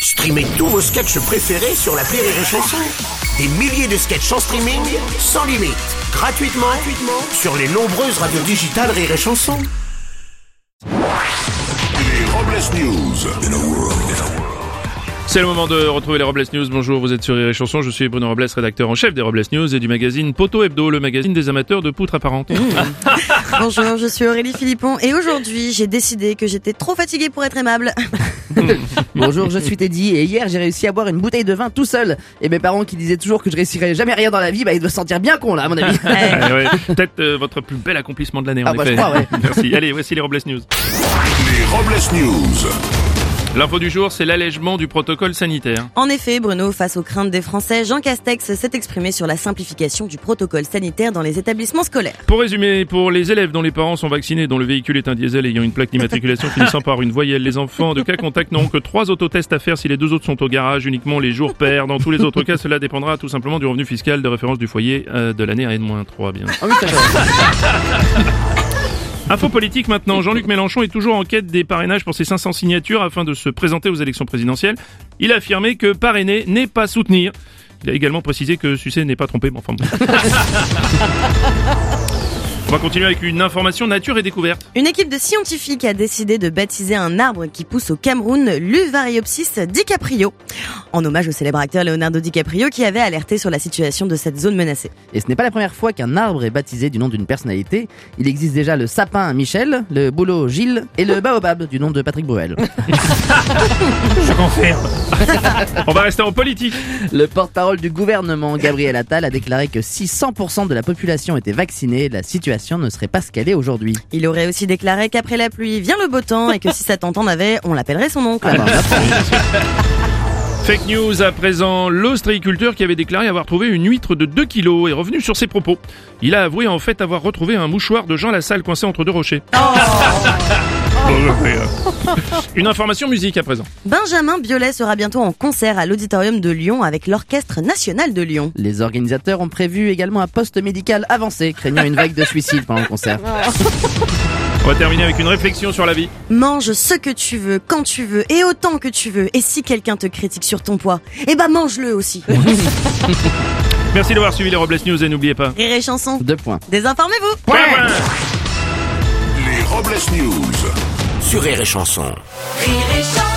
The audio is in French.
Streamez tous vos sketchs préférés sur l'appli Rire et Chanson. Des milliers de sketchs en streaming, sans limite, gratuitement sur les nombreuses radios digitales Rire et Chanson. Les Robles News. C'est le moment de retrouver les Robles News. Bonjour, vous êtes sur Rire et Chanson. Je suis Bruno Robles, rédacteur en chef des Robles News et du magazine Poteau Hebdo, le magazine des amateurs de poutres apparentes. Bonjour, je suis Aurélie Philippon et aujourd'hui j'ai décidé que j'étais trop fatiguée pour être aimable. Bonjour, je suis Teddy et hier j'ai réussi à boire une bouteille de vin tout seul. Et mes parents qui disaient toujours que je réussirais jamais rien dans la vie, ils doivent se sentir bien cons là à mon avis. Ouais, peut-être votre plus bel accomplissement de l'année en effet. Je crois, ouais. Merci. Allez, voici les Robles News. Les Robles News. L'info du jour, c'est l'allègement du protocole sanitaire. En effet, Bruno, face aux craintes des Français, Jean Castex s'est exprimé sur la simplification du protocole sanitaire dans les établissements scolaires. Pour résumer, pour les élèves dont les parents sont vaccinés, dont le véhicule est un diesel ayant une plaque d'immatriculation finissant par une voyelle, les enfants de cas contact n'auront que 3 autotests à faire si les 2 autres sont au garage, uniquement les jours pairs. Dans tous les autres cas, cela dépendra tout simplement du revenu fiscal de référence du foyer de l'année à N-3, bien. Ah oui, ça va. Info politique maintenant, Jean-Luc Mélenchon est toujours en quête des parrainages pour ses 500 signatures afin de se présenter aux élections présidentielles. Il a affirmé que parrainer n'est pas soutenir. Il a également précisé que sucer n'est pas tromper, mais enfin bon. On va continuer avec une information nature et découverte. Une équipe de scientifiques a décidé de baptiser un arbre qui pousse au Cameroun l'Uvariopsis DiCaprio, en hommage au célèbre acteur Leonardo DiCaprio qui avait alerté sur la situation de cette zone menacée. Et ce n'est pas la première fois qu'un arbre est baptisé du nom d'une personnalité. Il existe déjà le sapin Michel, le bouleau Gilles et le baobab du nom de Patrick Bruel. Je confirme. On va rester en politique. Le porte-parole du gouvernement, Gabriel Attal, a déclaré que si 100% de la population était vaccinée, la situation ne serait pas ce qu'elle est aujourd'hui. Il aurait aussi déclaré qu'après la pluie vient le beau temps et que si sa tante en avait, on l'appellerait son oncle. Fake news à présent, l'ostréiculteur qui avait déclaré avoir trouvé une huître de 2 kilos est revenu sur ses propos. Il a avoué en fait avoir retrouvé un mouchoir de Jean Lassalle coincé entre 2 rochers. Une information musique à présent. Benjamin Biolay sera bientôt en concert à l'Auditorium de Lyon avec l'Orchestre National de Lyon. Les organisateurs ont prévu également un poste médical avancé, craignant une vague de suicide pendant le concert. On va terminer avec une réflexion sur la vie. Mange ce que tu veux, quand tu veux et autant que tu veux. Et si quelqu'un te critique sur ton poids, mange-le aussi. Merci d'avoir suivi les Robles News et n'oubliez pas... Rire et Chanson. 2 points. Désinformez-vous. Les Robles News. Sur Rire et Chanson. Rire et Chanson.